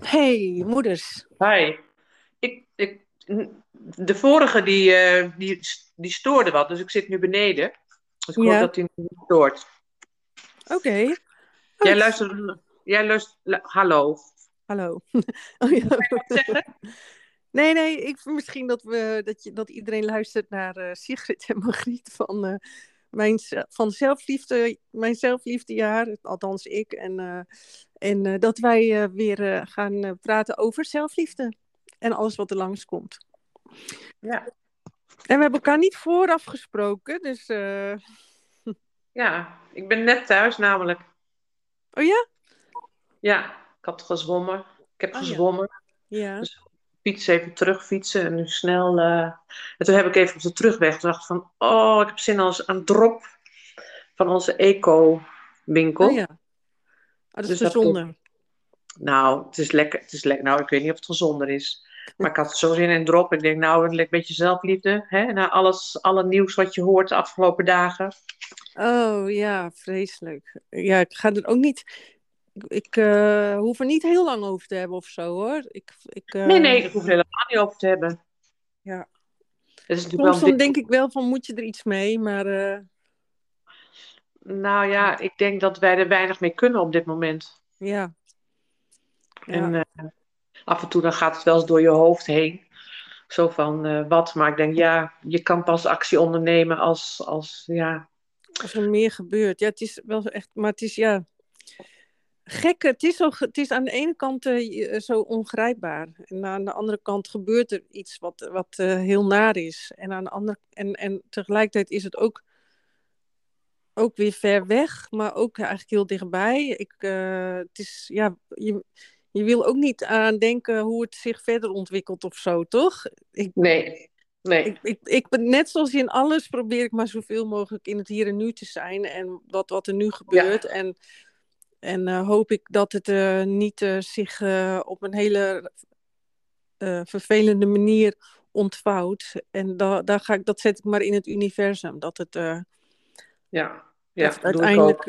Hey, moeders. Hi. Ik, de vorige die stoorde wat, dus ik zit nu beneden. Dus ik hoop Ja, dat hij niet stoort. oké. Oh, Jij luistert, hallo. hallo. Oh, ja. Wat zeggen? Nee, misschien dat iedereen luistert naar Sigrid en Margriet van zelfliefde, mijn zelfliefdejaar, althans ik. En dat wij weer gaan praten over zelfliefde en alles wat er langskomt. Ja, En we hebben elkaar niet vooraf gesproken, dus... ja, ik ben net thuis namelijk. Oh ja? Ja, ik had gezwommen. Ik heb Oh ja. gezwommen. Ja. Dus fiets even terugfietsen en nu snel. En toen heb ik even op de terugweg gedacht van, oh, ik heb zin als aan drop van onze Oh ja. eco-winkel. Oh, dat is Dus dat ik gezonder. Nou, het is lekker. Het is lekker. Nou, ik weet niet of het gezonder is. Maar ik had zo zin in drop. Ik denk, nou, een beetje zelfliefde. Hè? Na alle nieuws wat je hoort de afgelopen dagen. Oh ja, vreselijk. Ja, ik ga er ook niet. Ik hoef er niet heel lang over te hebben of zo hoor. Nee, nee, ik hoef er helemaal niet over te hebben. Ja. Het is natuurlijk wel Soms een dan dik. denk ik wel van moet je er iets mee, maar Nou ja, ik denk dat wij er weinig mee kunnen op dit moment. ja, ja. En af en toe dan gaat het wel eens door je hoofd heen. Zo van wat. Maar ik denk, ja, je kan pas actie ondernemen als ja. Als er meer gebeurt. Ja, het is wel echt, maar het is ja gek. Het is aan de ene kant zo ongrijpbaar. En aan de andere kant gebeurt er iets wat heel naar is. En aan de andere en tegelijkertijd is het ook weer ver weg, maar ook eigenlijk heel dichtbij. Het is, ja, je wil ook niet aan denken hoe het zich verder ontwikkelt of zo, toch? Nee, nee. Net zoals in alles probeer ik maar zoveel mogelijk in het hier en nu te zijn en wat er nu gebeurt. Ja, En hoop ik dat het niet zich op een hele vervelende manier ontvouwt. En dat zet ik maar in het universum. ja, Dat ja, het doe ik uiteindelijk ook.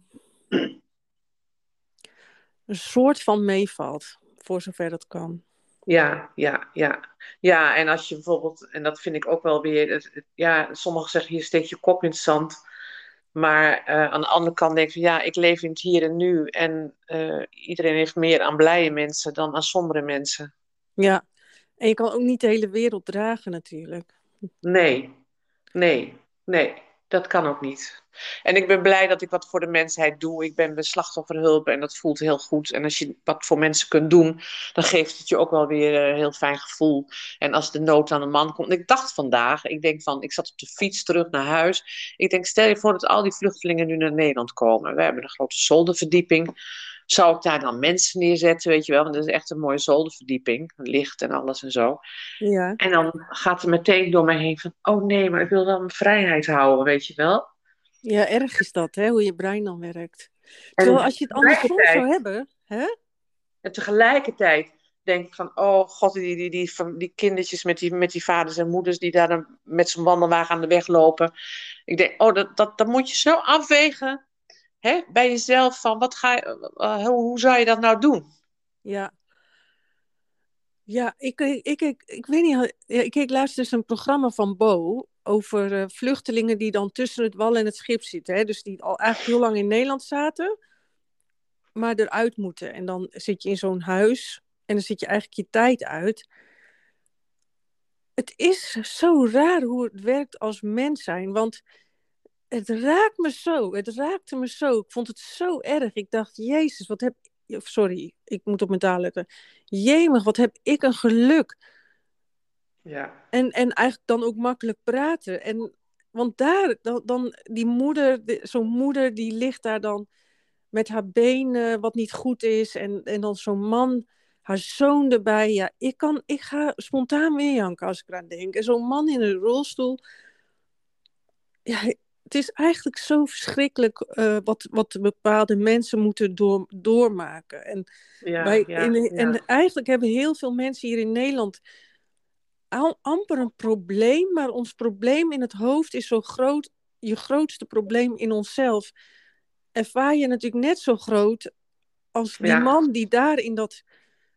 een soort van meevalt, voor zover dat kan. Ja, ja, ja. Ja, en als je bijvoorbeeld, en dat vind ik ook wel weer, ja, sommigen zeggen je steekt je kop in het zand. Maar aan de andere kant denk ik, van, ja, ik leef in het hier en nu. En iedereen heeft meer aan blije mensen dan aan sombere mensen. Ja, en je kan ook niet de hele wereld dragen natuurlijk. Nee, nee, nee, dat kan ook niet. En ik ben blij dat ik wat voor de mensheid doe. Ik ben bij slachtofferhulp en dat voelt heel goed. En als je wat voor mensen kunt doen, dan geeft het je ook wel weer een heel fijn gevoel. En als de nood aan de man komt. En ik dacht vandaag, ik zat op de fiets terug naar huis. Ik denk, stel je voor dat al die vluchtelingen nu naar Nederland komen. We hebben een grote zolderverdieping. Zou ik daar dan mensen neerzetten, weet je wel? Want dat is echt een mooie zolderverdieping. Licht en alles en zo. Ja, En dan gaat er meteen door mij heen van, oh nee, maar ik wil wel mijn vrijheid houden, weet je wel. ja, erg is dat, hè, hoe je brein dan werkt. Terwijl En als je het andersom zou tegelijkertijd, hebben, hè? en tegelijkertijd denk ik van, oh god, die kindertjes met die vaders en moeders die daar dan met zo'n wandelwagen aan de weg lopen. Ik denk, oh, dat moet je zo afwegen, hè, bij jezelf van, hoe zou je dat nou doen? Ja, ja, ik weet niet, ik keek laatst dus een programma van Bo over vluchtelingen die dan tussen het wal en het schip zitten. Hè? Dus die al eigenlijk heel lang in Nederland zaten, maar eruit moeten. En dan zit je in zo'n huis en dan zit je eigenlijk je tijd uit. Het is zo raar hoe het werkt als mens zijn, want het raakt me zo. Het raakte me zo. Ik vond het zo erg. Ik dacht, Jezus, wat heb... Sorry, ik moet op mijn taal letten. Jemig, wat heb ik een geluk. Ja, En eigenlijk dan ook makkelijk praten. Want daar, dan die moeder, zo'n moeder die ligt daar dan met haar benen wat niet goed is. En dan zo'n man, haar zoon erbij. Ja, ik ga spontaan weer janken als ik eraan denk. En zo'n man in een rolstoel. Ja, het is eigenlijk zo verschrikkelijk wat bepaalde mensen moeten doormaken. ja, ja, En ja, eigenlijk hebben heel veel mensen hier in Nederland amper een probleem, maar ons probleem in het hoofd is zo groot. Je grootste probleem in onszelf ervaar je natuurlijk net zo groot als die ja, man die daar in dat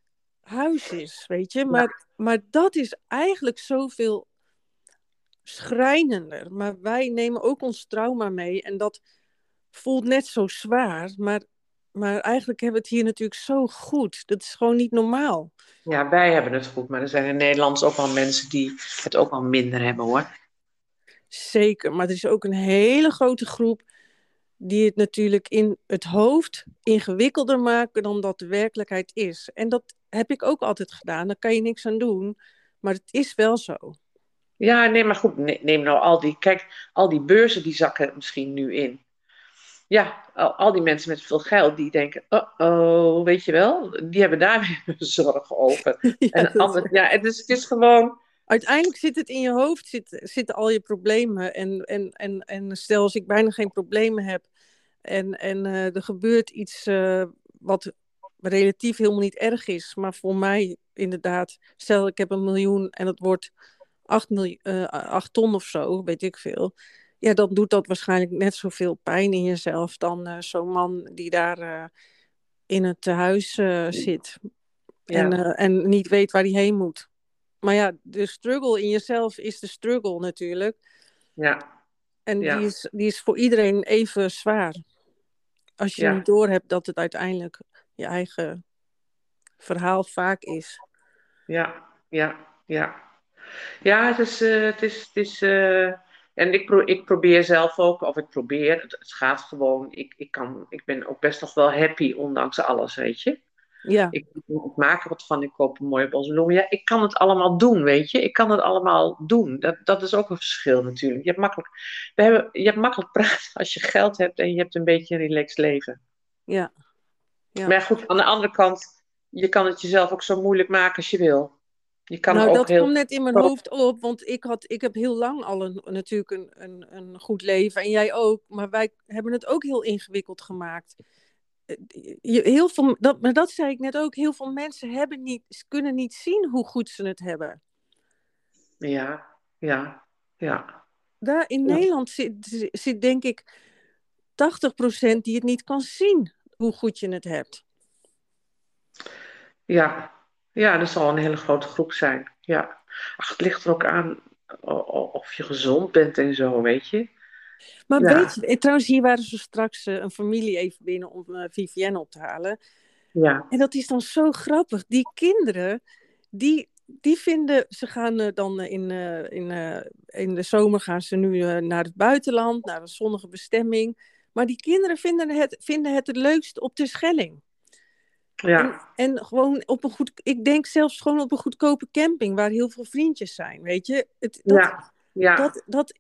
huis is, weet je. Ja, Maar dat is eigenlijk zoveel schrijnender. Maar wij nemen ook ons trauma mee en dat voelt net zo zwaar. Maar eigenlijk hebben we het hier natuurlijk zo goed. Dat is gewoon niet normaal. ja, wij hebben het goed, maar er zijn in Nederland ook wel mensen die het ook wel minder hebben hoor. Zeker, maar er is ook een hele grote groep die het natuurlijk in het hoofd ingewikkelder maken dan dat de werkelijkheid is. En dat heb ik ook altijd gedaan, daar kan je niks aan doen. Maar het is wel zo. Ja, nee, maar goed, neem nou kijk, al die beurzen die zakken misschien nu in. Ja, al die mensen met veel geld die denken, oh, weet je wel, die hebben daar weer zorgen over. Ja, En anders, ja, het is gewoon, uiteindelijk zit het in je hoofd, zitten al je problemen. En stel als ik bijna geen problemen heb en er gebeurt iets wat relatief helemaal niet erg is, maar voor mij inderdaad, stel ik heb 1 miljoen en het wordt 8 ton of zo, weet ik veel. Ja, dan doet dat waarschijnlijk net zoveel pijn in jezelf dan zo'n man die daar in het huis zit ja, en niet weet waar hij heen moet. Maar ja, de struggle in jezelf is de struggle natuurlijk. ja, En ja, die is voor iedereen even zwaar. Als je niet ja, doorhebt dat het uiteindelijk je eigen verhaal vaak is. ja, ja, ja. Ja, en ik probeer zelf ook, of ik probeer, het gaat gewoon, ik ben ook best nog wel happy, ondanks alles, weet je. Ja, Ik maak er wat van, ik koop een mooie bos bloemen. Ja, ik kan het allemaal doen, weet je. Ik kan het allemaal doen. Dat is ook een verschil natuurlijk. Je hebt makkelijk praten als je geld hebt en je hebt een beetje een relaxed leven. ja, ja. Maar ja, goed, aan de andere kant, je kan het jezelf ook zo moeilijk maken als je wil. Je kan Nou, ook dat kwam heel... net in mijn hoofd op, want ik heb heel lang al natuurlijk een goed leven en jij ook, maar wij hebben het ook heel ingewikkeld gemaakt. Heel veel, maar dat zei ik net ook, heel veel mensen kunnen niet zien hoe goed ze het hebben. Ja, ja, ja. Daar in Ja, Nederland zit denk ik 80% die het niet kan zien hoe goed je het hebt. ja, ja, dat zal een hele grote groep zijn. Ja. Ach, het ligt er ook aan of je gezond bent en zo, weet je. Maar weet Ja, je, trouwens, hier waren ze straks een familie even binnen om Vivienne op te halen. ja, En dat is dan zo grappig. Die kinderen, die vinden, ze gaan dan in de zomer gaan ze nu naar het buitenland, naar een zonnige bestemming. Maar die kinderen vinden het leukst op de Schelling. ja, En gewoon ik denk zelfs gewoon op een goedkope camping waar heel veel vriendjes zijn, weet je. ja, ja, Dat,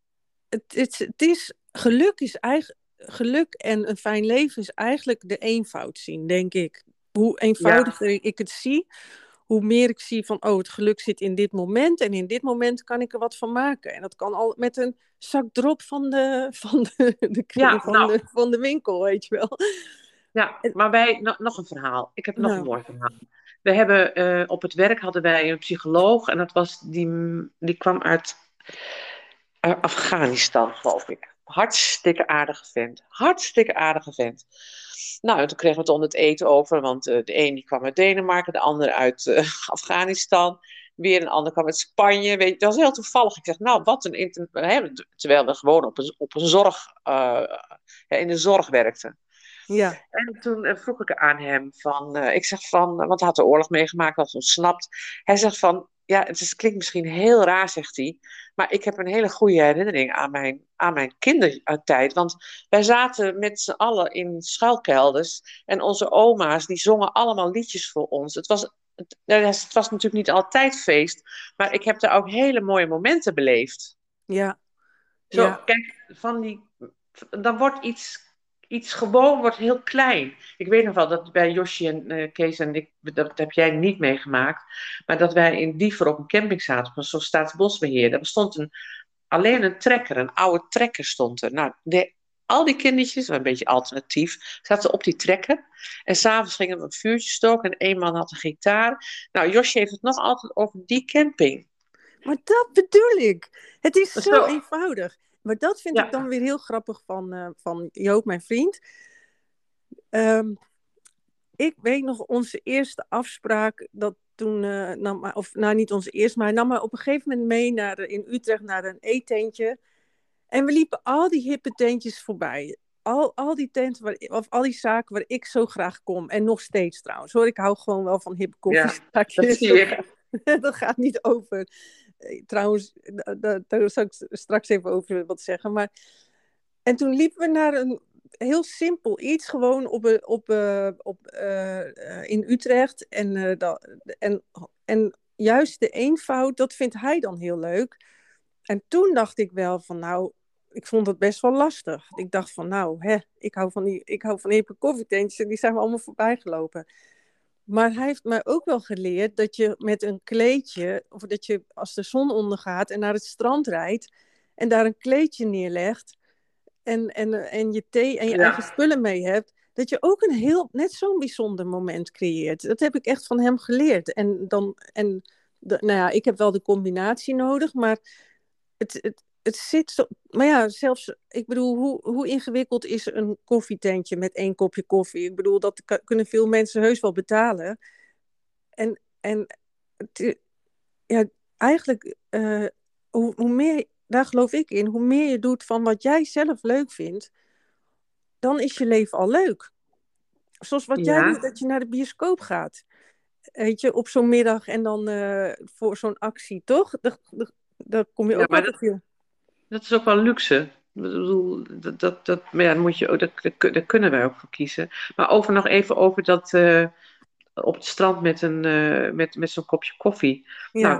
het is, geluk en een fijn leven is eigenlijk de eenvoud zien, denk ik. Hoe ja, eenvoudiger ik het zie, hoe meer ik zie van, oh, het geluk zit in dit moment en in dit moment kan ik er wat van maken. En dat kan al met een zak drop ja, nou, van de winkel, weet je wel. ja. En, Maar nog een verhaal. Ik heb nog een nou, mooi verhaal. We hebben, op het werk hadden wij een psycholoog en die kwam uit Afghanistan, geloof ik. Hartstikke aardige vent. Hartstikke aardige vent. Nou, en toen kregen we het onder het eten over, want de een die kwam uit Denemarken, de ander uit Afghanistan. Weer een ander kwam uit Spanje. Weet je, dat was heel toevallig. Ik zeg, nou, wat een terwijl we gewoon op een in de zorg werkten. ja, En toen vroeg ik aan hem ik zeg van, want hij had de oorlog meegemaakt, was ontsnapt. Hij zegt van, ja, klinkt misschien heel raar, zegt hij, maar ik heb een hele goede herinnering aan mijn kindertijd. Want wij zaten met z'n allen in schuilkelders en onze oma's, die zongen allemaal liedjes voor ons. Het was natuurlijk niet altijd feest, maar ik heb daar ook hele mooie momenten beleefd. ja, Zo, ja, kijk, dan wordt iets gewoon wordt heel klein. Ik weet nog wel dat bij Josje en Kees en ik, dat heb jij niet meegemaakt, maar dat wij in Diever op een camping zaten, op een soort staatsbosbeheer. Daar stond alleen een trekker, een oude trekker stond er. Nou, al die kindertjes, een beetje alternatief, zaten op die trekker. En s'avonds gingen we een vuurtje stoken en één man had een gitaar. Nou, Josje heeft het nog altijd over die camping. maar dat bedoel ik. Het is zo Zo, eenvoudig. Maar dat vind ik dan ja, weer heel grappig van Joop, mijn vriend. Ehm, ik weet nog onze eerste afspraak, dat toen, of nou niet onze eerste, maar hij nam me op een gegeven moment mee in Utrecht naar een eetentje. En we liepen al die hippe tentjes voorbij. Al die tenten, of al die zaken waar ik zo graag kom. En nog steeds trouwens hoor, ik hou gewoon wel van hippe Ja, dat koffiezaakjes. zie ik. Dat gaat niet over. Trouwens, daar zal ik straks even over wat zeggen. Maar en toen liepen we naar een heel simpel iets, gewoon in Utrecht. En juist de eenvoud, dat vindt hij dan heel leuk. En toen dacht ik wel van, nou, ik vond het best wel lastig. Ik dacht van, nou, ik hou van hippe koffietentjes en die zijn we allemaal voorbij gelopen. Maar hij heeft mij ook wel geleerd dat je met een kleedje, of dat je als de zon ondergaat en naar het strand rijdt en daar een kleedje neerlegt en je thee en je eigen Ja, spullen mee hebt, dat je ook net zo'n bijzonder moment creëert. Dat heb ik echt van hem geleerd. Nou ja, ik heb wel de combinatie nodig, maar het zit zo. Maar ja, zelfs, ik bedoel, hoe ingewikkeld is een koffietentje met 1 kopje koffie? Ik bedoel, dat kunnen veel mensen heus wel betalen. En ja, eigenlijk, hoe meer, daar geloof ik in, hoe meer je doet van wat jij zelf leuk vindt, dan is je leven al leuk. Zoals wat jij doet, ja. dat je naar de bioscoop gaat. Weet je, op zo'n middag en dan voor zo'n actie, toch? Daar kom je Ja, ook maar altijd veel. dat is ook wel luxe. Ik bedoel, maar ja, dan moet je ook, daar kunnen wij ook voor kiezen. Maar nog even over dat op het strand met zo'n kopje koffie. Ja, Nou,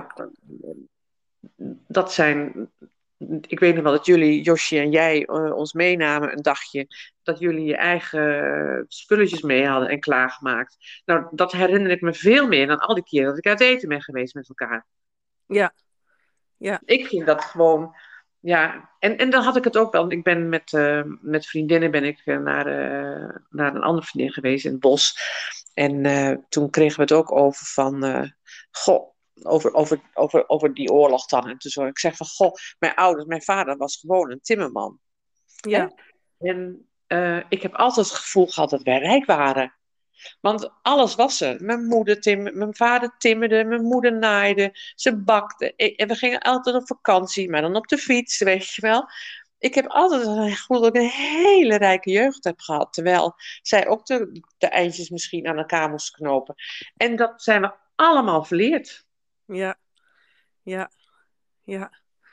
dat zijn. Ik weet nog wel dat jullie, Josje en jij, ons meenamen een dagje. Dat jullie je eigen spulletjes mee hadden en klaargemaakt. Nou, dat herinner ik me veel meer dan al die keren dat ik uit eten ben geweest met elkaar. ja, ja, Ik vind dat gewoon, ja. En dan had ik het ook wel. Ik ben met vriendinnen ben ik naar een andere vriendin geweest in het bos. En toen kregen we het ook over van, goh, over die oorlog dan. En toen zo, ik zeg van, goh, mijn vader was gewoon een timmerman. Hè? ja, En ik heb altijd het gevoel gehad dat wij rijk waren. Want alles was er. Mijn vader timmerde, mijn moeder naaide, ze bakte. En we gingen altijd op vakantie, maar dan op de fiets, weet je wel. Ik heb altijd het gevoel dat ik een hele rijke jeugd heb gehad. Terwijl zij ook de eindjes misschien aan elkaar moesten knopen. En dat zijn we allemaal verleerd. ja, ja, ja,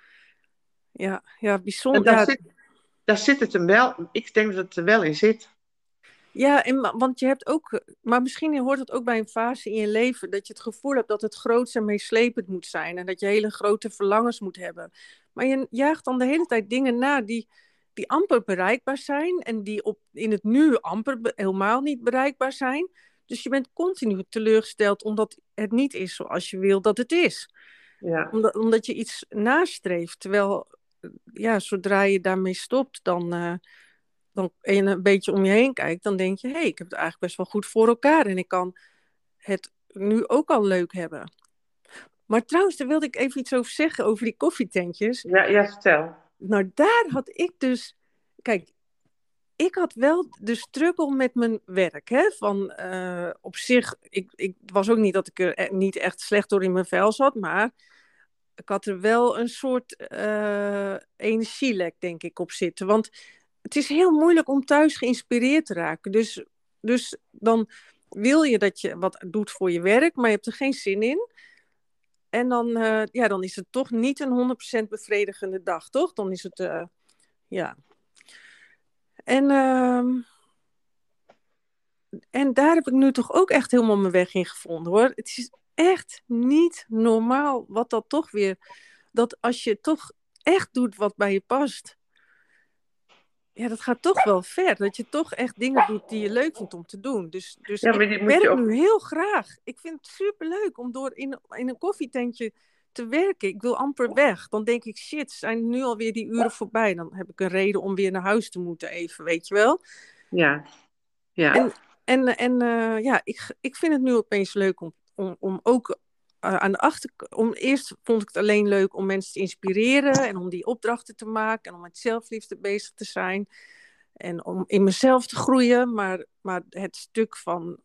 ja, En bijzonder. Ja, daar zit het hem wel. Ik denk dat het er wel in zit. ja, want je hebt ook, maar misschien hoort het ook bij een fase in je leven dat je het gevoel hebt dat het groots en meeslepend moet zijn en dat je hele grote verlangens moet hebben. Maar je jaagt dan de hele tijd dingen na die amper bereikbaar zijn en die in het nu amper helemaal niet bereikbaar zijn. Dus je bent continu teleurgesteld omdat het niet is zoals je wil dat het is. Ja. Omdat je iets nastreeft. Terwijl, ja, zodra je daarmee stopt, en je een beetje om je heen kijkt, dan denk je, hé, ik heb het eigenlijk best wel goed voor elkaar en ik kan het nu ook al leuk hebben. Maar trouwens, daar wilde ik even iets over zeggen, over die koffietentjes. Ja, ja, vertel. Nou, daar had ik dus, kijk, ik had wel de struggle met mijn werk. Hè? Van op zich, het was ook niet dat ik er niet echt slecht door in mijn vel zat, maar ik had er wel een soort energielek, denk ik, op zitten. Want het is heel moeilijk om thuis geïnspireerd te raken. Dus dan wil je dat je wat doet voor je werk, maar je hebt er geen zin in. En dan is het toch niet een 100% bevredigende dag, toch? Dan is het, ja. En, en daar heb ik nu toch ook echt helemaal mijn weg in gevonden, hoor. Het is echt niet normaal wat dat toch weer... Dat als je toch echt doet wat bij je past, ja, dat gaat toch wel ver. Dat je toch echt dingen doet die je leuk vindt om te doen. Dus Ja, ik maar die moet je werk ook. nu heel graag. Ik vind het superleuk om door in een koffietentje te werken. Ik wil amper weg. Dan denk ik, shit, zijn nu alweer die uren voorbij. Dan heb ik een reden om weer naar huis te moeten even, weet je wel. Ja, ja. En, ja, ik vind het nu opeens leuk om ook aan de achterkant... Eerst vond ik het alleen leuk om mensen te inspireren en om die opdrachten te maken en om met zelfliefde bezig te zijn. En om in mezelf te groeien. Maar het stuk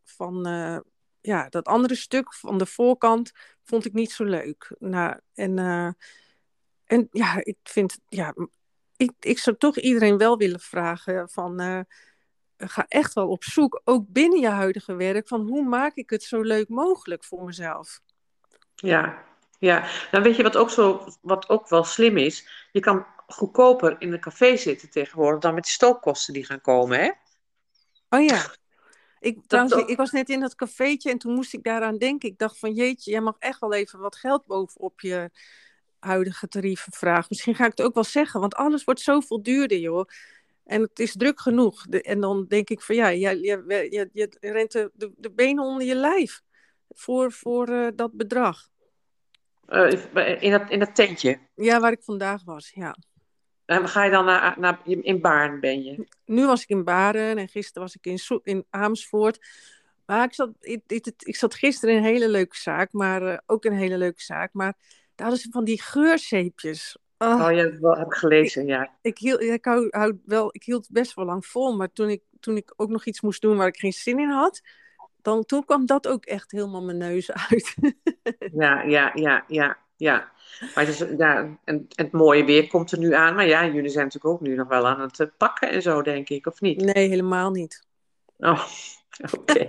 dat andere stuk van de voorkant vond ik niet zo leuk. Nou, en ja, ik vind, ja, ik zou toch iedereen wel willen vragen van, ga echt wel op zoek, ook binnen je huidige werk, van hoe maak ik het zo leuk mogelijk voor mezelf. Ja, ja. Nou weet je wat ook wel slim is? Je kan goedkoper in een café zitten tegenwoordig dan met die stookkosten die gaan komen, hè? Oh ja, Dat, ik was net in dat cafeetje en toen moest ik daaraan denken. Ik dacht van jeetje, jij mag echt wel even wat geld bovenop je huidige tarieven vragen. Misschien ga ik het ook wel zeggen, want alles wordt zoveel duurder, joh. En het is druk genoeg. En dan denk ik van ja, je rent de benen onder je lijf voor dat bedrag. in dat tentje. Ja, waar ik vandaag was, ja. En ga je dan in Baarn ben je? Nu was ik in Baren en gisteren was ik in Amersfoort. Maar ik zat gisteren in een hele leuke zaak, maar ook een hele leuke zaak. Maar daar hadden ze van die geurzeepjes. Ah, Oh ja, dat heb ik ik, gelezen, ja. ik hield best wel lang vol, maar toen ik ook nog iets moest doen waar ik geen zin in had, toen kwam dat ook echt helemaal mijn neus uit. Ja, ja, ja, ja, ja. Maar het is, ja, en het mooie weer komt er nu aan. Maar ja, jullie zijn natuurlijk ook nu nog wel aan het pakken en zo, denk ik, of niet? Nee, helemaal niet. Oh, oké.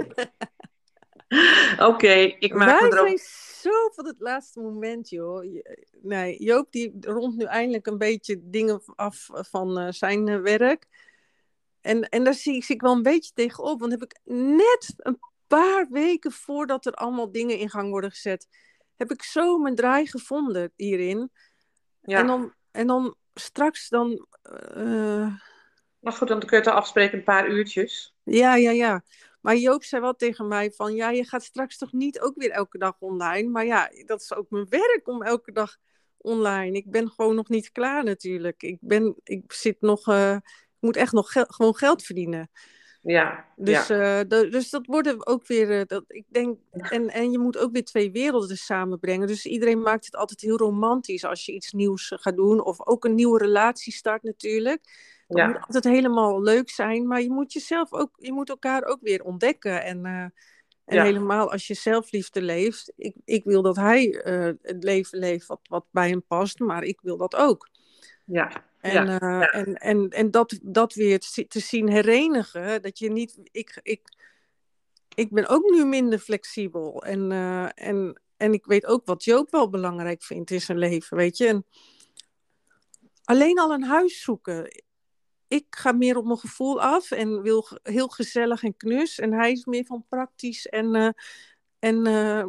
Oké, ik maak me Wij er ook... zijn zo van het laatste moment, joh. Nee, Joop die rondt nu eindelijk een beetje dingen af van zijn werk. En daar zie ik wel een beetje tegenop. Want heb ik net een paar weken voordat er allemaal dingen in gang worden gezet, heb ik zo mijn draai gevonden hierin. Ja, En dan straks dan... maar goed, dan kun je het al afspreken een paar uurtjes. Ja. Maar Joop zei wel tegen mij van, ja, je gaat straks toch niet ook weer elke dag online? Maar ja, dat is ook mijn werk om elke dag online. Ik ben gewoon nog niet klaar natuurlijk. Ik zit nog, ik moet echt nog gewoon geld verdienen. Ja, Dus, ja, dus dat worden ook weer, ik denk, en je moet ook weer twee werelden samenbrengen. Dus iedereen maakt het altijd heel romantisch als je iets nieuws gaat doen. Of ook een nieuwe relatie start natuurlijk. Dat moet ja, altijd helemaal leuk zijn. Maar je moet elkaar ook weer ontdekken. En ja, helemaal als je zelfliefde leeft. Ik wil dat hij het leven leeft wat bij hem past. Maar ik wil dat ook. ja, En, ja, ja, en dat weer te zien herenigen, dat je niet. Ik ben ook nu minder flexibel. En ik weet ook wat Joop wel belangrijk vindt in zijn leven, weet je. En alleen al een huis zoeken. Ik ga meer op mijn gevoel af en wil heel gezellig en knus. En hij is meer van praktisch en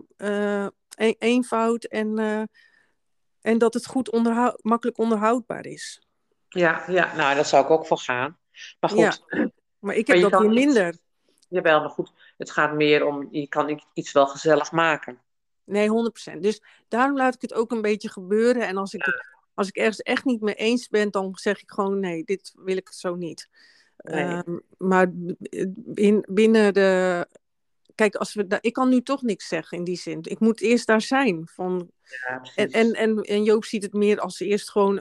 eenvoud. En dat het goed makkelijk onderhoudbaar is. ja, ja. Nou, daar zou ik ook voor gaan. Maar Ja, goed, maar ik maar heb je dat weer kan iets... minder. Jawel, maar goed, het gaat meer om... Je kan iets wel gezellig maken. Nee, 100%. Dus daarom laat ik het ook een beetje gebeuren. En als ik ergens echt niet mee eens ben, dan zeg ik gewoon nee, dit wil ik zo niet. Nee. Maar binnen de. Kijk, ik kan nu toch niks zeggen in die zin. Ik moet eerst daar zijn. Ja, precies. En Joop ziet het meer als eerst gewoon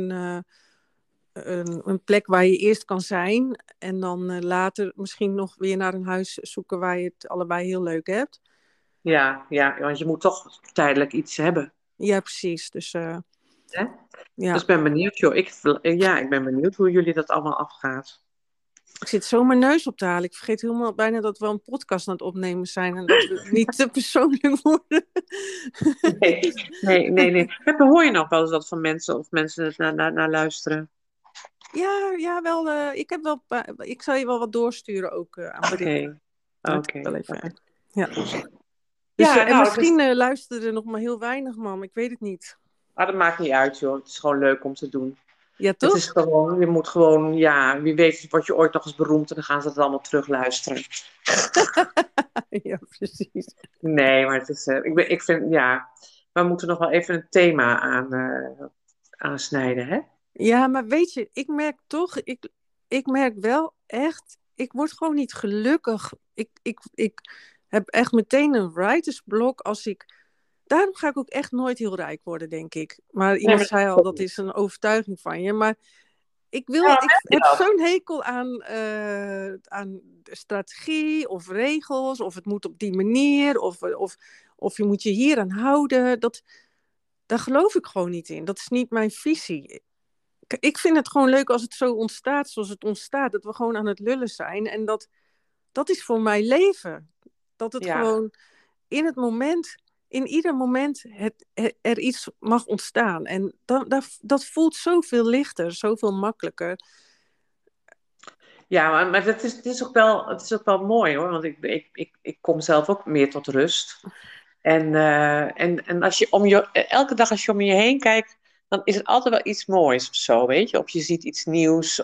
een plek waar je eerst kan zijn. En dan later misschien nog weer naar een huis zoeken waar je het allebei heel leuk hebt. Ja, ja, want je moet toch tijdelijk iets hebben. Ja, precies. Dus Hè? Dus ja. ik ben benieuwd, joh. Ik ben benieuwd hoe jullie dat allemaal afgaat. Ik zit zo mijn neus op te halen. Ik vergeet helemaal bijna dat we een podcast aan het opnemen zijn en dat we niet te persoonlijk worden. Nee, nee, nee, nee. Maar hoor je nog wel eens wat van mensen of mensen het naar luisteren? Ja, wel. Ik zal je wel wat doorsturen ook aan berichten. Oké, Laat ik wel oké. even. Ja. Dus, Ja, en nou, misschien luisteren er nog maar heel weinig, man. Ik weet het niet. dat maakt niet uit, joh. Het is gewoon leuk om te doen. Ja, Het is toch? gewoon, je moet gewoon, ja, wie weet word je ooit nog eens beroemd en dan gaan ze het allemaal terugluisteren. Ja, precies. Nee, maar het is, ik vind, ja, we moeten nog wel even een thema aansnijden, hè? Ja, maar weet je, ik merk toch, ik merk wel echt, ik word gewoon niet gelukkig. Ik heb echt meteen een writersblok als ik. Daarom ga ik ook echt nooit heel rijk worden, denk ik. Maar Nee, iemand maar dat zei is al, ook dat niet. is een overtuiging van je. Maar Ja, Ik heb je heb dat? zo'n hekel aan de strategie of regels, of het moet op die manier, of je moet je hier aan houden. Daar geloof ik gewoon niet in. Dat is niet mijn visie. Ik vind het gewoon leuk als het zo ontstaat zoals het ontstaat. Dat we gewoon aan het lullen zijn. En dat is voor mij leven. Dat het Ja. gewoon in het moment, in ieder moment er iets mag ontstaan. En dat voelt zoveel lichter, zoveel makkelijker. Ja, maar het is ook wel mooi hoor. Want ik kom zelf ook meer tot rust. En als je elke dag als je om je heen kijkt, dan is het altijd wel iets moois of zo, weet je. Of je ziet iets nieuws.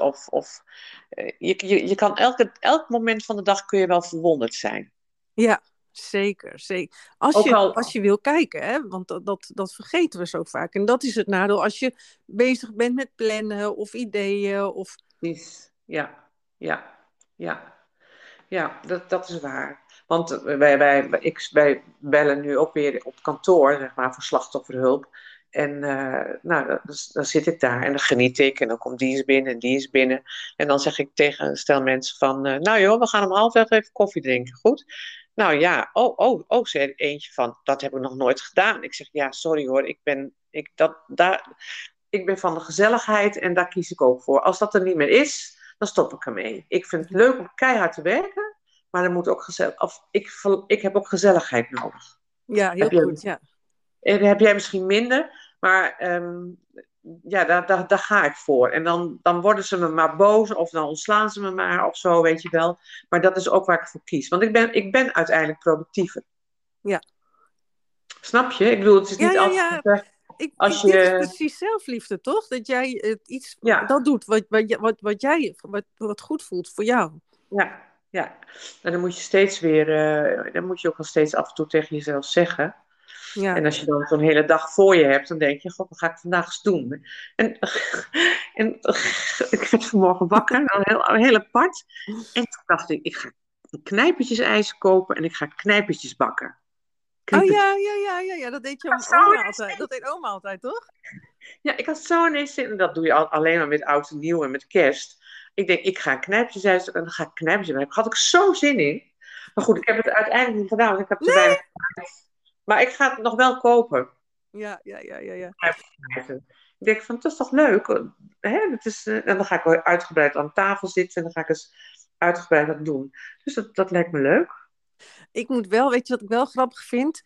Je kan elk moment van de dag kun je wel verwonderd zijn. Ja, zeker, zeker. Ook Als al. je wil kijken, hè? Want dat vergeten we zo vaak. En dat is het nadeel als je bezig bent met plannen of ideeën. Of... Precies. Ja, ja, ja. Ja, dat is waar. Want wij bellen nu ook weer op kantoor, zeg maar, voor slachtofferhulp. En nou, dan zit ik daar en dan geniet ik. En dan komt die is binnen en die is binnen. En dan zeg ik tegen een stel mensen van... nou joh, we gaan om 12:30 even koffie drinken, goed? Nou ja, zei er eentje van... dat heb ik nog nooit gedaan. Ik zeg, ja, sorry hoor, ik ben van de gezelligheid en daar kies ik ook voor. Als dat er niet meer is, dan stop ik ermee. Ik vind het leuk om keihard te werken, maar er moet ook ik heb ook gezelligheid nodig. Ja, heel Heb jij, goed, ja. heb jij misschien minder, maar ja, daar ga ik voor. En dan worden ze me maar boos of dan ontslaan ze me maar of zo, weet je wel. Maar dat is ook waar ik voor kies. Want ik ben uiteindelijk productiever. Ja, Snap je? Ik bedoel, het is ja, niet ja, altijd ja. als Dit is je... precies zelfliefde, toch? Dat jij iets Ja, dat doet wat goed voelt voor jou. ja, ja. En dan moet je steeds weer, dan moet je ook wel steeds af en toe tegen jezelf zeggen. Ja. En als je dan zo'n hele dag voor je hebt, dan denk je, god, wat ga ik vandaag eens doen? En, en ik werd vanmorgen wakker, een hele apart. En toen dacht ik ga knijpertjes ijs kopen en ik ga knijpertjes bakken. Oh Knippertjes. ja, ja, ja, ja, ja. Dat deed je Zo oma ineens altijd. Dat deed oma altijd, toch? Ja, ik had zo ineens zin. En dat doe je alleen maar met oud en nieuw en met kerst. Ik denk, ik ga knijpjes uit en dan ga ik knijpjes maken. Daar had ik zo zin in. Maar goed, ik heb het uiteindelijk niet gedaan, want ik heb te weinig tijd. Maar ik ga het nog wel kopen. Ja, ja, ja, ja, ja. Knijpjes. Ik denk van, dat is toch leuk? Hè? En dan ga ik wel uitgebreid aan tafel zitten en dan ga ik eens uitgebreid dat doen. Dus dat lijkt me leuk. Ik moet wel, weet je wat ik wel grappig vind?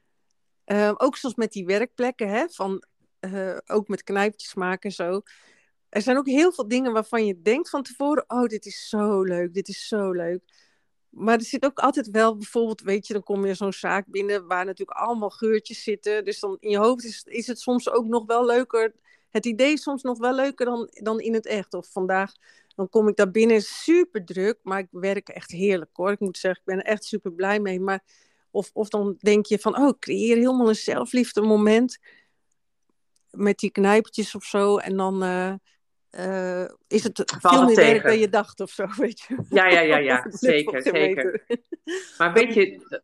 Ook zoals met die werkplekken, hè? Ook met knijpjes maken en zo. Er zijn ook heel veel dingen waarvan je denkt van tevoren: oh, dit is zo leuk, dit is zo leuk. Maar er zit ook altijd wel, bijvoorbeeld, weet je, dan kom je zo'n zaak binnen waar natuurlijk allemaal geurtjes zitten. Dus dan in je hoofd is het soms ook nog wel leuker. Het idee is soms nog wel leuker dan in het echt. Of vandaag, dan kom ik daar binnen, super druk, maar ik werk echt heerlijk hoor. Ik moet zeggen, ik ben er echt super blij mee. Maar of dan denk je van, oh, ik creëer helemaal een zelfliefde moment met die knijpertjes of zo. En dan is het Valt veel het meer werk dan tegen? je dacht of zo, weet je. Of Ja, het lukt voor zeker, geen zeker. meter. Maar Dat, weet je,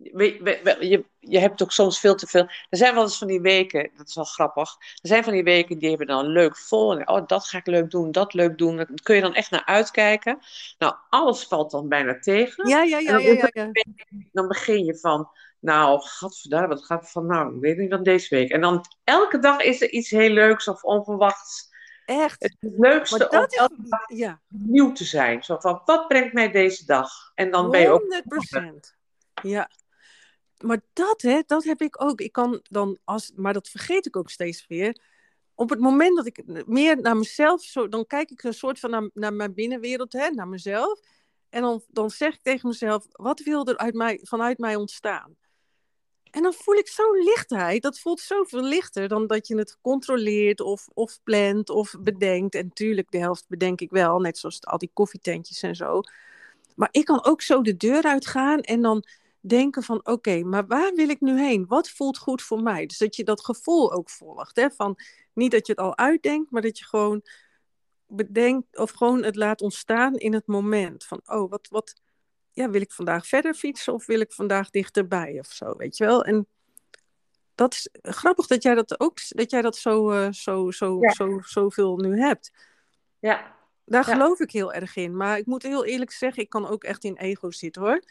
je hebt ook soms veel te veel. Er zijn wel eens van die weken, dat is wel grappig. Er zijn van die weken die hebben dan leuk vol. En, oh, dat ga ik leuk doen, dat leuk doen. Daar kun je dan echt naar uitkijken. Nou, alles valt dan bijna tegen. ja, ja, En ja, dan, ja, is ja, er ja. een week, dan begin je van, nou, gadverdamme, wat gaat er van nou? Ik weet niet van deze week. En dan elke dag is er iets heel leuks of onverwachts. Echt. Het is het Maar leukste om dat is, elke ja, nieuw te zijn. Zo van, wat brengt mij deze dag? En dan ben je ook... 100%. Ja. Maar hè, dat heb ik ook. Ik kan dan maar dat vergeet ik ook steeds weer. Op het moment dat ik meer naar mezelf, dan kijk ik een soort van naar mijn binnenwereld, hè, naar mezelf. En dan zeg ik tegen mezelf, wat wil er vanuit mij ontstaan? En dan voel ik zo'n lichtheid. Dat voelt zoveel lichter dan dat je het controleert of plant of bedenkt. En tuurlijk, de helft bedenk ik wel, net zoals al die koffietentjes en zo. Maar ik kan ook zo de deur uitgaan en dan denken van oké, maar waar wil ik nu heen? Wat voelt goed voor mij? Dus dat je dat gevoel ook volgt. Hè? Van, niet dat je het al uitdenkt, maar dat je gewoon bedenkt of gewoon het laat ontstaan in het moment. Van oh, ja, wil ik vandaag verder fietsen of wil ik vandaag dichterbij of zo, weet je wel? En dat is grappig dat jij dat ook, dat jij dat zoveel nu hebt. Ja, Daar ja. geloof ik heel erg in. Maar ik moet heel eerlijk zeggen, ik kan ook echt in ego zitten hoor.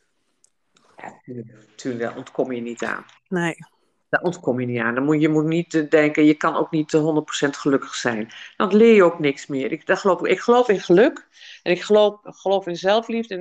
Ja, tuurlijk, daar ontkom je niet aan. Nee. Daar ontkom je niet aan. Je moet niet denken, je kan ook niet 100% gelukkig zijn. Dan leer je ook niks meer. Ik geloof in geluk. En ik geloof in zelfliefde.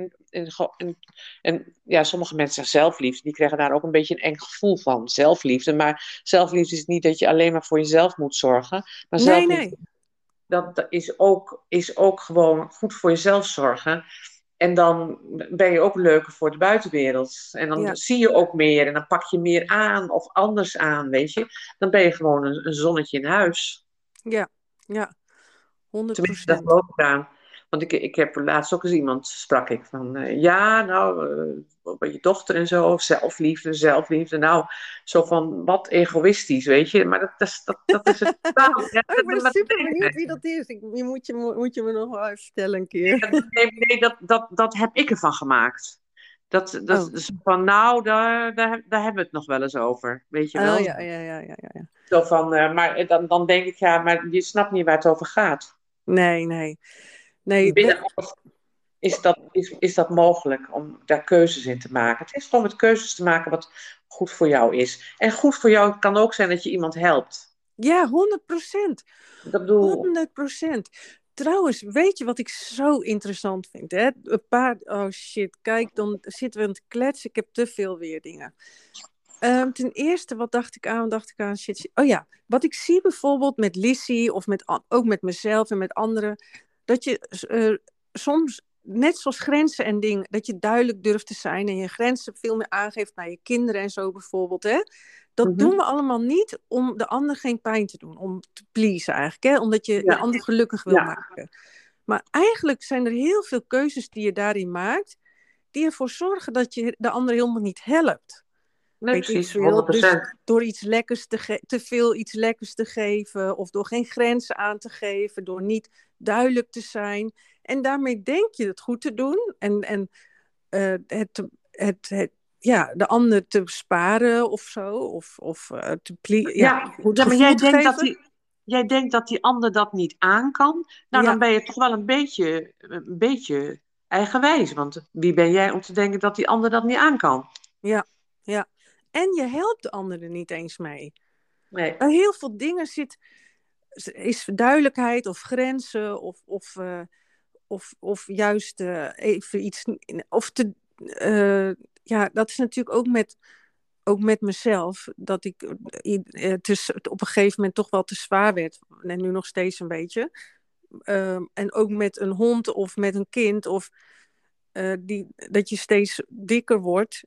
En ja, sommige mensen zeggen zelfliefde. Die krijgen daar ook een beetje een eng gevoel van. Zelfliefde. Maar zelfliefde is niet dat je alleen maar voor jezelf moet zorgen. Maar Nee, zelfliefde, nee. dat is ook gewoon goed voor jezelf zorgen. En dan ben je ook leuker voor de buitenwereld. En dan Ja, zie je ook meer en dan pak je meer aan of anders aan, weet je. Dan ben je gewoon een zonnetje in huis. ja, ja. honderd Tenminste, dat procent. geloof ik aan. Want ik heb laatst ook eens iemand, sprak ik van, ja, nou, bij je dochter en zo, zelfliefde, zelfliefde. Nou, zo van, wat egoïstisch, weet je. Maar dat is het totaal. Ja, Oh, ik ben maar super benieuwd wie dat is. Moet je me nog wel even vertellen een keer. nee, dat heb ik ervan gemaakt. Dat Oh, is van, nou, daar hebben we het nog wel eens over. Weet je oh wel? ja, ja, ja, ja, ja, ja. Zo van, maar dan denk ik, ja, maar je snapt niet waar het over gaat. Nee, nee. Nee, Binnen alles is dat mogelijk om daar keuzes in te maken. Het is gewoon met keuzes te maken wat goed voor jou is. En goed voor jou kan ook zijn dat je iemand helpt. ja, 100%. Dat bedoel, 100%. Trouwens, weet je wat ik zo interessant vind? Hè? Oh shit, kijk, dan zitten we aan het kletsen. Ik heb te veel weer dingen. Ten eerste, wat dacht ik aan? Dacht ik aan shit, shit. Oh ja, wat ik zie bijvoorbeeld met Lissy of ook met mezelf en met anderen, dat je soms, net zoals grenzen en dingen, dat je duidelijk durft te zijn en je grenzen veel meer aangeeft naar je kinderen en zo bijvoorbeeld. Hè? Dat doen mhm. we allemaal niet om de ander geen pijn te doen, om te pleasen eigenlijk, hè? Omdat je de Ja, ander gelukkig wil ja, maken. Maar eigenlijk zijn er heel veel keuzes die je daarin maakt, die ervoor zorgen dat je de ander helemaal niet helpt. nee, Weet ik precies, veel. Dus 100%. door iets lekkers te veel iets lekkers te geven, of door geen grenzen aan te geven, door niet duidelijk te zijn. En daarmee denk je het goed te doen en ja, de ander te sparen of zo, of ja, Ja, goed ja, maar gevoel te geven. jij denkt dat die ander dat niet aan kan. Nou, dan Ja, ben je toch wel een beetje eigenwijs. Want wie ben jij om te denken dat die ander dat niet aan kan? ja, ja. En je helpt de ander er niet eens mee. Nee. Bij heel veel dingen is duidelijkheid of grenzen of juist even iets. Of te, ja, dat is natuurlijk ook met mezelf. Dat ik het op een gegeven moment toch wel te zwaar werd. En nu nog steeds een beetje. En ook met een hond of met een kind. Of dat je steeds dikker wordt.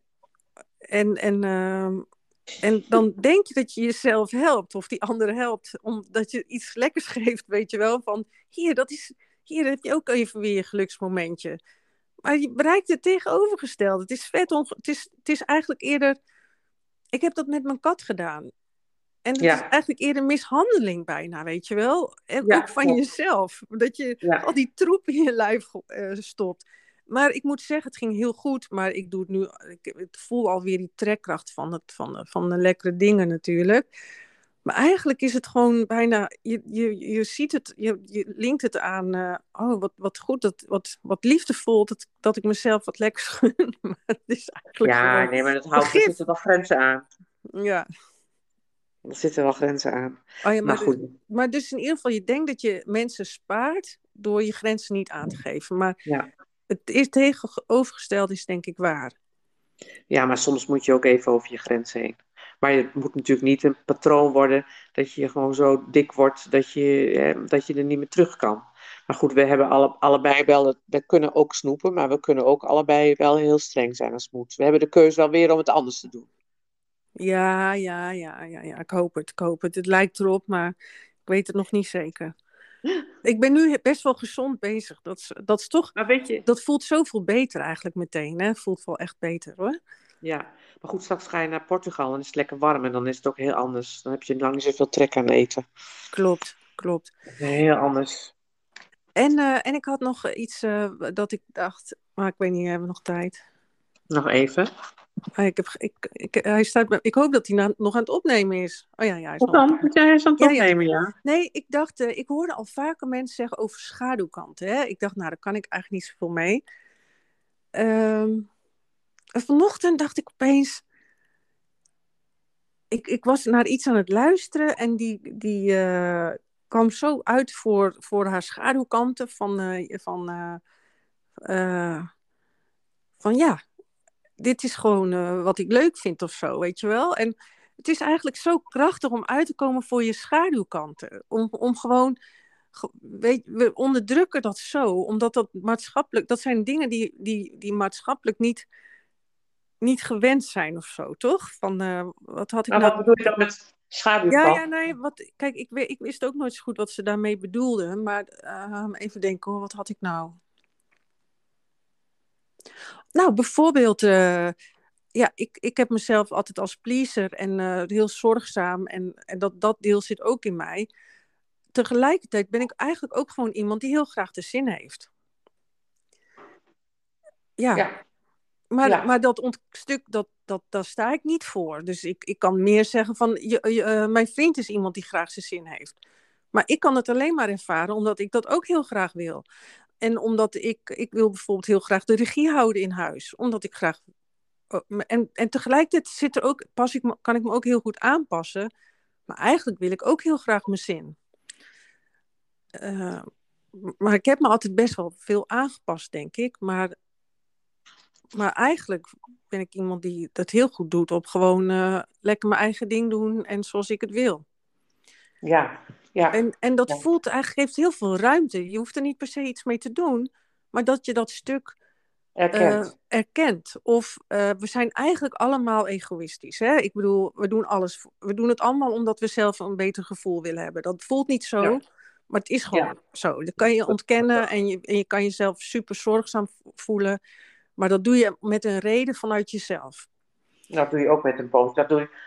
En dan denk je dat je jezelf helpt of die ander helpt, omdat je iets lekkers geeft, weet je wel. Van hier heb je ook even weer je geluksmomentje. Maar je bereikt het tegenovergestelde. Het is het is eigenlijk eerder, ik heb dat met mijn kat gedaan. En het is Ja, eigenlijk eerder mishandeling bijna, weet je wel. En ja, ook van klopt. jezelf. Dat je al Ja. die troep in je lijf stopt. Maar ik moet zeggen, het ging heel goed. Maar ik doe het nu. Ik voel alweer die trekkracht van de lekkere dingen natuurlijk. Maar eigenlijk is het gewoon bijna. Je ziet het, je linkt het aan. Oh, wat goed, wat liefdevol dat ik mezelf wat lekkers gun. Maar het is eigenlijk Ja, gewoon nee, maar er vergif. zitten wel grenzen aan. Ja. Er zitten wel grenzen aan. Oh ja, Maar goed, maar dus in ieder geval, je denkt dat je mensen spaart door je grenzen niet aan te geven. Maar ja. het is tegenovergesteld is denk ik waar. Ja, maar soms moet je ook even over je grenzen heen. Maar het moet natuurlijk niet een patroon worden dat je gewoon zo dik wordt dat je er niet meer terug kan. Maar goed, we hebben allebei wel, we kunnen ook snoepen, maar we kunnen ook allebei wel heel streng zijn als het moet. We hebben de keuze wel weer om het anders te doen. Ja, ja, ja, ja, ja. Ik hoop het, ik hoop het. Het lijkt erop, maar ik weet het nog niet zeker. Ik ben nu best wel gezond bezig. Dat is toch, Maar weet je, dat voelt zoveel beter eigenlijk meteen. Hè? Voelt wel echt beter hoor. ja, maar goed, straks ga je naar Portugal en is het lekker warm en dan is het ook heel anders. Dan heb je lang niet zoveel trek aan eten. Klopt, klopt. Heel anders. En ik had nog iets dat ik dacht, maar ik weet niet, hebben we nog tijd? Nog even. Hij staat, ik hoop dat hij nog aan het opnemen is. Oh ja, hij is Wat nog. dan? Hij is aan het Ja, ja. opnemen, ja. Nee, ik dacht, ik hoorde al vaker mensen zeggen over schaduwkanten. Hè? Ik dacht, nou, daar kan ik eigenlijk niet zoveel mee. Vanochtend dacht ik opeens, ik was naar iets aan het luisteren en die kwam zo uit voor haar schaduwkanten van ja, dit is gewoon wat ik leuk vind of zo, weet je wel. En het is eigenlijk zo krachtig om uit te komen voor je schaduwkanten. Om gewoon, we onderdrukken dat zo, omdat dat maatschappelijk, dat zijn dingen die maatschappelijk niet gewend zijn of zo, toch? Van, wat had ik Maar nou? wat bedoel je dan met Ja, schaduwkant? nee, kijk, ik wist ook nooit zo goed wat ze daarmee bedoelden. Maar even denken hoor, wat had ik nou? Nou, bijvoorbeeld, ja, ik heb mezelf altijd als pleaser en heel zorgzaam. En dat deel zit ook in mij. Tegelijkertijd ben ik eigenlijk ook gewoon iemand die heel graag de zin heeft. Ja, Ja, maar ja, dat stuk, daar sta ik niet voor. Dus ik kan meer zeggen van, mijn vriend is iemand die graag zijn zin heeft. Maar ik kan het alleen maar ervaren omdat ik dat ook heel graag wil. En omdat ik wil bijvoorbeeld heel graag de regie houden in huis. Omdat ik graag. En tegelijkertijd kan ik me ook heel goed aanpassen. Maar eigenlijk wil ik ook heel graag mijn zin. Uh, maar ik heb me altijd best wel veel aangepast, denk ik. Maar eigenlijk ben ik iemand die dat heel goed doet op gewoon lekker mijn eigen ding doen en zoals ik het wil. ja, ja, En dat ja. voelt eigenlijk, geeft heel veel ruimte. Je hoeft er niet per se iets mee te doen, maar dat je dat stuk Erkend. erkent. Of we zijn eigenlijk allemaal egoïstisch. Hè? Ik bedoel, we doen het allemaal omdat we zelf een beter gevoel willen hebben. Dat voelt niet zo, Ja, maar het is ja. gewoon zo. Dat kan je ontkennen en je kan jezelf super zorgzaam voelen. Maar dat doe je met een reden vanuit jezelf. Dat doe je ook met een post. Dat doe je,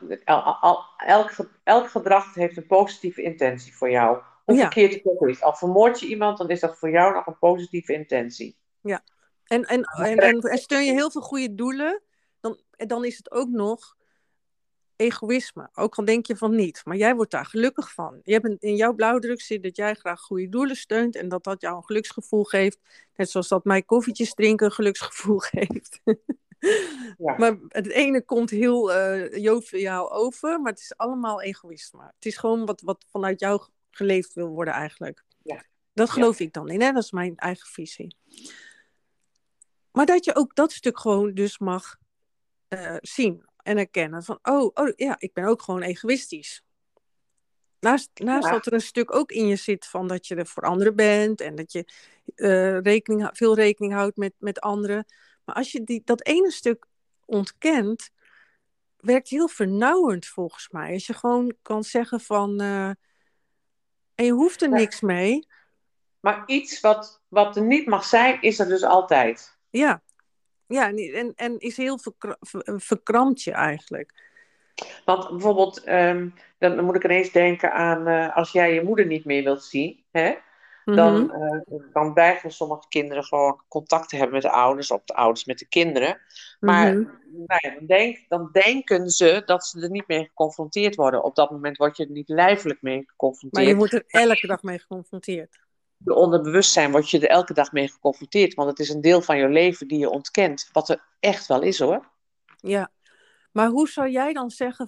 elk gedrag heeft een positieve intentie voor jou. Hoe Ja, verkeerd het ook is. Al vermoord je iemand, dan is dat voor jou nog een positieve intentie. ja. En steun je heel veel goede doelen, dan is het ook nog egoïsme. Ook al denk je van niet. Maar jij wordt daar gelukkig van. In jouw blauwdruk zit dat jij graag goede doelen steunt en dat jou een geluksgevoel geeft. Net zoals dat mij koffietjes drinken een geluksgevoel geeft. Ja, Maar het ene komt heel joviaal over, maar het is allemaal egoïsme. Het is gewoon wat vanuit jou geleefd wil worden eigenlijk. ja, Dat ja. geloof ik dan in, hè? Dat is mijn eigen visie. Maar dat je ook dat stuk gewoon dus mag zien en erkennen van, oh ja, ik ben ook gewoon egoïstisch. Naast Ja, dat er een stuk ook in je zit van dat je er voor anderen bent en dat je veel rekening houdt met anderen. Maar als je dat ene stuk ontkent, werkt heel vernauwend volgens mij. Als je gewoon kan zeggen van, en je hoeft er ja. niks mee. Maar iets wat er niet mag zijn, is er dus altijd. Ja, ja en is heel verkrampt je eigenlijk. Want bijvoorbeeld, dan moet ik ineens denken aan als jij je moeder niet meer wilt zien, hè, Mhm, dan weigeren sommige kinderen gewoon contact te hebben met de ouders, of de ouders met de kinderen. Maar mhm. nou ja, dan denken ze dat ze er niet mee geconfronteerd worden. Op dat moment word je er niet lijfelijk mee Maar je geconfronteerd. wordt er elke dag mee geconfronteerd. Je onderbewustzijn word je er elke dag mee geconfronteerd. Want het is een deel van je leven die je ontkent. Wat er echt wel is hoor. Ja, maar hoe zou jij dan zeggen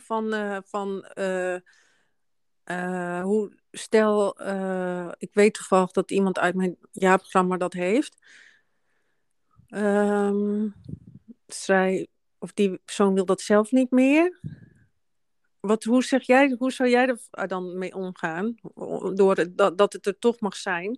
stel, ik weet toevallig dat iemand uit mijn jaarprogramma dat heeft. Ehm, zij, of die persoon wil dat zelf niet meer. Hoe zou jij er dan mee omgaan? Dat het er toch mag zijn?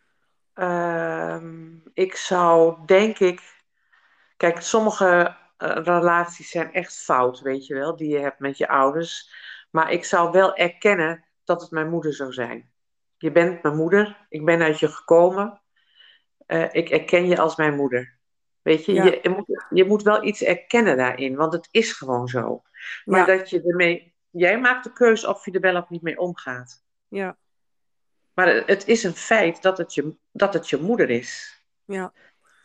Ik zou denk ik. Kijk, sommige relaties zijn echt fout, weet je wel, die je hebt met je ouders. Maar ik zou wel erkennen dat het mijn moeder zou zijn. Je bent mijn moeder, ik ben uit je gekomen, ik erken je als mijn moeder. Weet je, Ja, je moet wel iets erkennen daarin, want het is gewoon zo. Maar ja, dat je ermee, jij maakt de keuze of je er wel of niet mee omgaat. ja, Maar het is een feit dat het je moeder is. ja.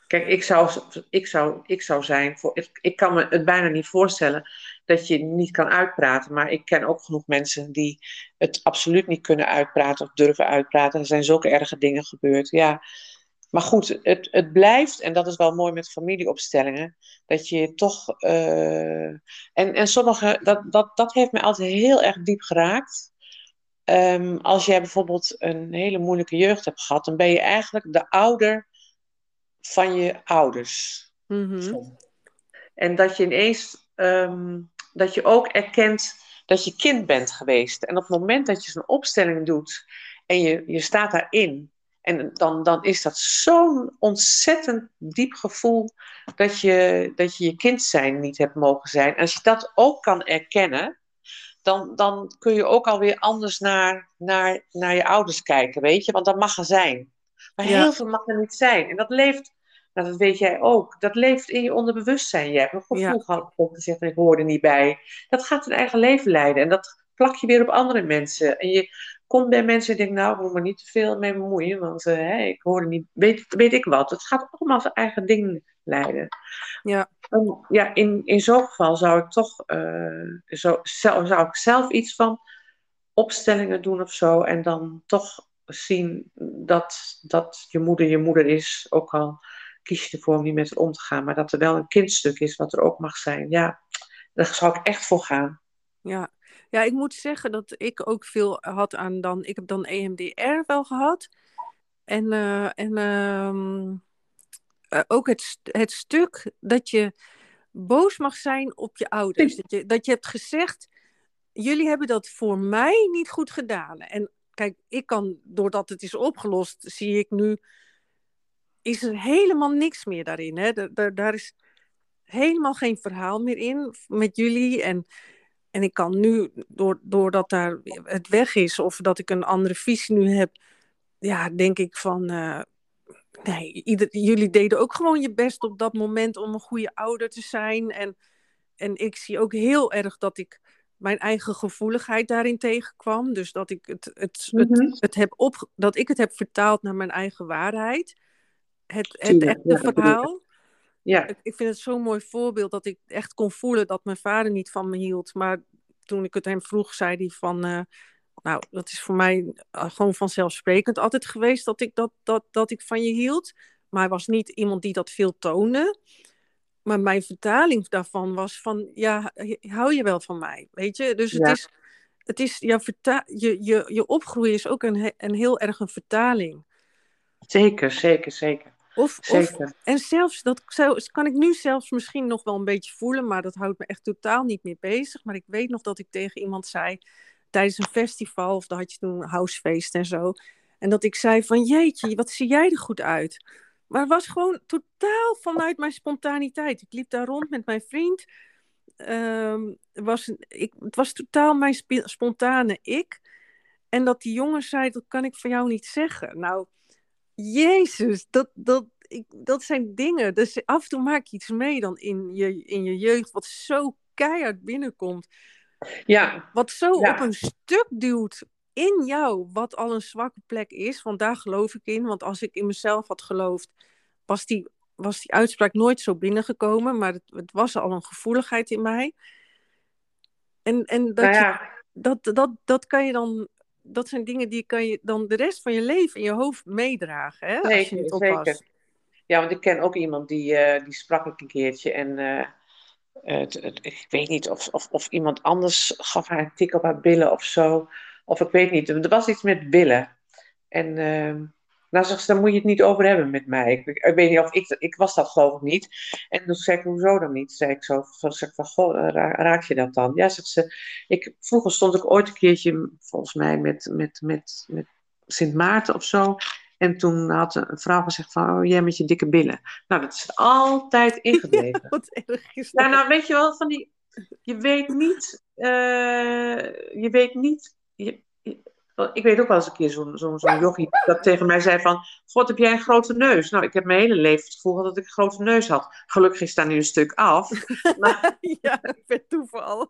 Kijk, ik zou zijn, ik kan me het bijna niet voorstellen dat je niet kan uitpraten. Maar ik ken ook genoeg mensen die het absoluut niet kunnen uitpraten of durven uitpraten. Er zijn zulke erge dingen gebeurd. Ja, maar goed, het blijft, en dat is wel mooi met familieopstellingen, dat je toch. En sommige, dat heeft mij altijd heel erg diep geraakt. Als jij bijvoorbeeld een hele moeilijke jeugd hebt gehad, dan ben je eigenlijk de ouder van je ouders. Mhm. En dat je ineens, dat je ook erkent dat je kind bent geweest. En op het moment dat je zo'n opstelling doet en je staat daarin, en dan is dat zo'n ontzettend diep gevoel dat je je kind zijn niet hebt mogen zijn. En als je dat ook kan erkennen, dan kun je ook alweer anders naar je ouders kijken, weet je? Want dat mag er zijn. Maar Ja, heel veel mag er niet zijn. En dat leeft, nou, dat weet jij ook, dat leeft in je onderbewustzijn. Je hebt een ja, gevoel gehad om te zeggen, ik hoor er niet bij. Dat gaat een eigen leven leiden. En dat plak je weer op andere mensen. En je komt bij mensen en denkt, nou, ik moet me niet te veel mee bemoeien, want ik hoor er niet, weet ik wat. Het gaat allemaal zijn eigen ding leiden. ja. Ja, in zo'n geval zou ik toch zou ik zelf iets van opstellingen doen of zo. En dan toch zien dat je moeder is. Ook al kies je ervoor om niet met haar om te gaan. Maar dat er wel een kindstuk is wat er ook mag zijn. Ja, daar zou ik echt voor gaan. Ja. Ja, ik moet zeggen dat ik ook veel had aan dan. Ik heb dan EMDR wel gehad. En ook het stuk dat je boos mag zijn op je ouders. Dat je hebt gezegd, jullie hebben dat voor mij niet goed gedaan. En kijk, ik kan, doordat het is opgelost, zie ik nu, is er helemaal niks meer daarin. Hè? Daar is helemaal geen verhaal meer in met jullie. En ik kan nu, doordat daar het weg is, of dat ik een andere visie nu heb, ja, denk ik van, nee, jullie deden ook gewoon je best op dat moment om een goede ouder te zijn. En ik zie ook heel erg dat ik mijn eigen gevoeligheid daarin tegenkwam. Dus dat ik Mhm. dat ik het heb vertaald naar mijn eigen waarheid. Het Tuurlijk, echte ja, dat bedoel ik. verhaal. Ja, Ik vind het zo'n mooi voorbeeld dat ik echt kon voelen dat mijn vader niet van me hield. Maar toen ik het hem vroeg, zei hij van, nou, dat is voor mij gewoon vanzelfsprekend altijd geweest dat ik van je hield. Maar hij was niet iemand die dat veel toonde. Maar mijn vertaling daarvan was van, ja, hou je wel van mij, weet je? Dus ja. het is ja, je opgroeien is ook een heel erg een vertaling. Zeker, zeker, zeker. Zeker. En zelfs, kan ik nu zelfs misschien nog wel een beetje voelen, maar dat houdt me echt totaal niet meer bezig. Maar ik weet nog dat ik tegen iemand zei, tijdens een festival, of dan had je toen een housefeest en zo. En dat ik zei van, jeetje, wat zie jij er goed uit. Maar het was gewoon totaal vanuit mijn spontaniteit. Ik liep daar rond met mijn vriend. Het was totaal mijn spontane ik. En dat die jongen zei, dat kan ik van jou niet zeggen. Nou, Jezus, dat zijn dingen. Dus af en toe maak je iets mee dan in je jeugd, wat zo keihard binnenkomt. Ja, Wat zo op ja. een stuk duwt in jou, wat al een zwakke plek is. Want daar geloof ik in. Want als ik in mezelf had geloofd, was die uitspraak nooit zo binnengekomen. Maar het was al een gevoeligheid in mij. En Nou ja, dat kan je dan. Dat zijn dingen die kan je dan de rest van je leven in je hoofd meedragen, hè? Als je niet zeker, zeker. oppast. Ja, want ik ken ook iemand die sprak ik een keertje en ik weet niet of iemand anders gaf haar een tik op haar billen of zo. Of ik weet niet, er was iets met billen. En nou zegt ze, daar moet je het niet over hebben met mij. Ik weet niet of ik was dat geloof ik niet. En toen zei ik, hoezo dan niet? Zei ik zo zeg ik van, goh, raak je dat dan? Ja, zegt ze, vroeger stond ik ooit een keertje, volgens mij met Sint Maarten of zo. En toen had een vrouw gezegd van, oh jij met je dikke billen. Nou, dat is altijd ingebleven. Wat erg is Ja, dat? nou weet je wel, je weet niet, je weet niet, ik weet ook wel eens een keer zo'n jochie dat tegen mij zei van, God, heb jij een grote neus? Nou, ik heb mijn hele leven het gevoel gehad dat ik een grote neus had. Gelukkig is daar nu een stuk af. Maar, Ja, per toeval.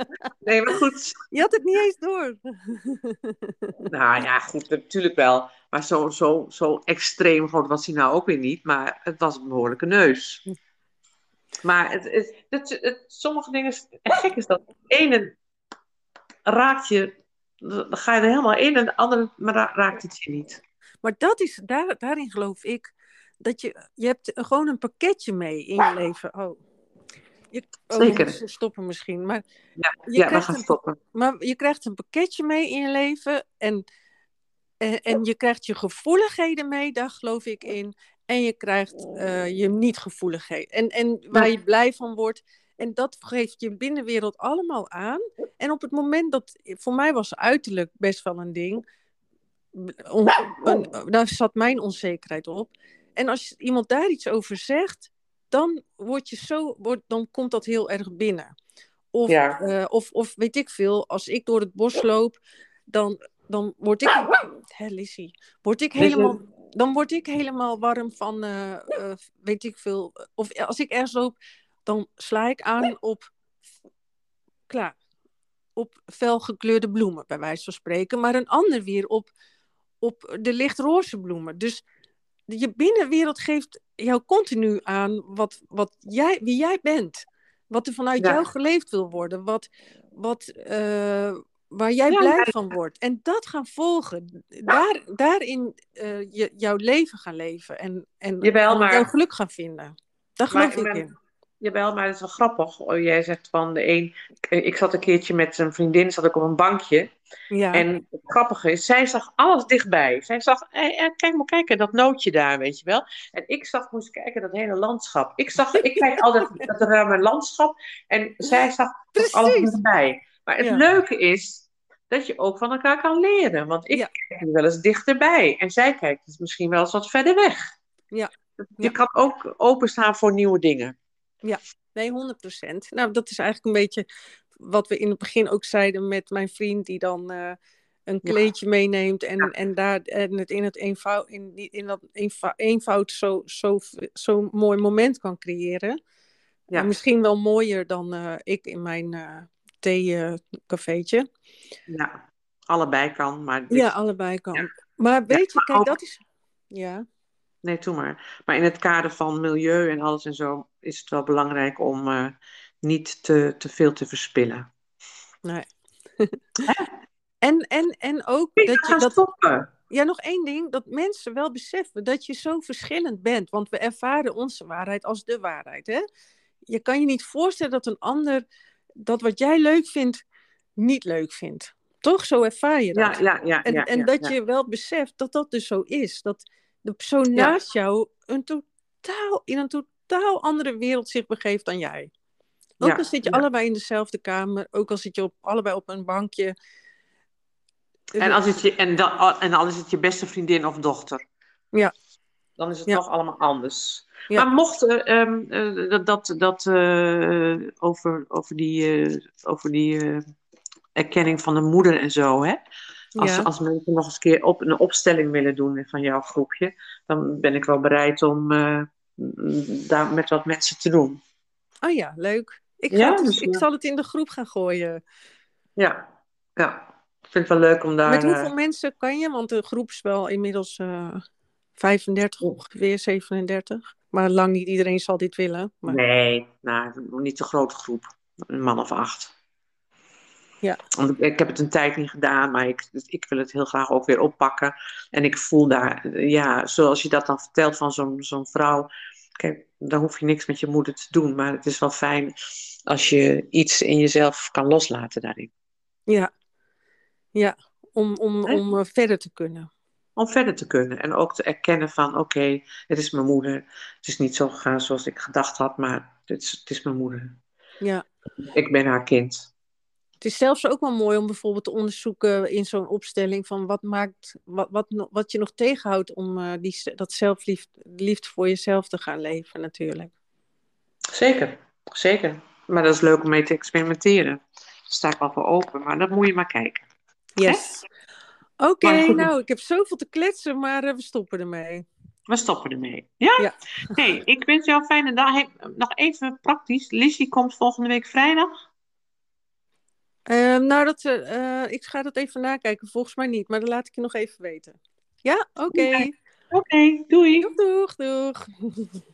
nee, maar goed. Je had het niet eens door. Nou ja, goed, natuurlijk wel. Maar zo extreem groot was hij nou ook weer niet. Maar het was een behoorlijke neus. Maar sommige dingen, gek is dat. De ene raakt je, dan ga je er helemaal in en de andere raakt het je niet. Maar dat is, daarin geloof ik, dat je hebt gewoon een pakketje mee in je leven. We Zeker. moeten stoppen misschien. Maar Ja, we gaan stoppen. Maar je krijgt een pakketje mee in je leven en je krijgt je gevoeligheden mee, daar geloof ik in. En je krijgt je niet-gevoeligheden. En waar je blij van wordt. En dat geeft je binnenwereld allemaal aan. En op het moment dat, voor mij was uiterlijk best wel een ding. Daar zat mijn onzekerheid op. En als iemand daar iets over zegt, dan dan komt dat heel erg binnen. Of weet ik veel, als ik door het bos loop, dan word ik... Lizzie, dan word ik helemaal warm van, weet ik veel. Of als ik ergens loop, dan sla ik aan op felgekleurde bloemen, bij wijze van spreken. Maar een ander weer op de lichtroze bloemen. Dus je binnenwereld geeft jou continu aan wie jij bent. Wat er vanuit jou geleefd wil worden. Waar jij blij van wordt. En dat gaan volgen. Daarin jouw leven gaan leven. En jouw geluk gaan vinden. Daar geloof ik in. Jawel, maar het is wel grappig. Jij zegt van de een... Ik zat een keertje met een vriendin, zat ik op een bankje. Ja. En het grappige is, zij zag alles dichtbij. Zij zag, kijk, dat nootje daar, weet je wel. En ik moest kijken, dat hele landschap. Ik kijk altijd dat ruime landschap. En zij zag alles dichtbij. Maar het leuke is dat je ook van elkaar kan leren. Want ik kijk nu wel eens dichterbij. En zij kijkt dus misschien wel eens wat verder weg. Ja. Je kan ook openstaan voor nieuwe dingen. Ja, nee, 100%. Nou, dat is eigenlijk een beetje wat we in het begin ook zeiden met mijn vriend die dan een kleedje meeneemt en het in dat eenvoud zo mooi moment kan creëren. Ja. Misschien wel mooier dan ik in mijn theecafeetje. Ja, allebei kan. Maar allebei kan. Ja. Maar weet je, kijk, dat is... Ja. Nee, doe maar. Maar in het kader van milieu en alles en zo is het wel belangrijk om niet te veel te verspillen. Nee. en ook dat je stoppen. Ja, nog één ding, dat mensen wel beseffen dat je zo verschillend bent. Want we ervaren onze waarheid als de waarheid. Hè? Je kan je niet voorstellen dat een ander dat wat jij leuk vindt, niet leuk vindt. Toch? Zo ervaar je dat. En dat je wel beseft dat dat dus zo is. Dat de persoon naast jou in een totaal andere wereld zich begeeft dan jij. Ook al zit je allebei in dezelfde kamer, ook al zit je allebei op een bankje. En al is het je beste vriendin of dochter. Ja. Dan is het toch allemaal anders. Ja. Maar mocht over die erkenning van de moeder en zo, hè? Als mensen nog eens een keer een opstelling willen doen van jouw groepje, dan ben ik wel bereid om daar met wat mensen te doen. Oh ja, leuk. Ik zal het in de groep gaan gooien. Ja. Ik vind het wel leuk om daar... Met hoeveel mensen kan je? Want de groep is wel inmiddels 35 ongeveer, 37. Maar lang niet iedereen zal dit willen. Maar... Nee, niet een grote groep. Een man of 8. Ja. Want ik heb het een tijd niet gedaan, maar ik wil het heel graag ook weer oppakken. En ik voel daar, zoals je dat dan vertelt van zo'n vrouw. Kijk, dan hoef je niks met je moeder te doen. Maar het is wel fijn als je iets in jezelf kan loslaten daarin. Ja, om verder te kunnen. Om verder te kunnen. En ook te erkennen van, oké, het is mijn moeder. Het is niet zo gegaan zoals ik gedacht had, maar het is mijn moeder. Ja. Ik ben haar kind. Het is zelfs ook wel mooi om bijvoorbeeld te onderzoeken in zo'n opstelling van wat je nog tegenhoudt om dat liefde voor jezelf te gaan leven natuurlijk. Zeker. Maar dat is leuk om mee te experimenteren. Daar sta ik wel voor open, maar dat moet je maar kijken. Yes. Oké, nou, ik heb zoveel te kletsen, maar we stoppen ermee. We stoppen ermee. Ja? Hey, ik wens jou een fijne dag. Hey, nog even praktisch. Lizzie komt volgende week vrijdag. Ik ga dat even nakijken. Volgens mij niet, maar dan laat ik je nog even weten. Ja, oké. Oké, doei. Doeg, doeg, doeg.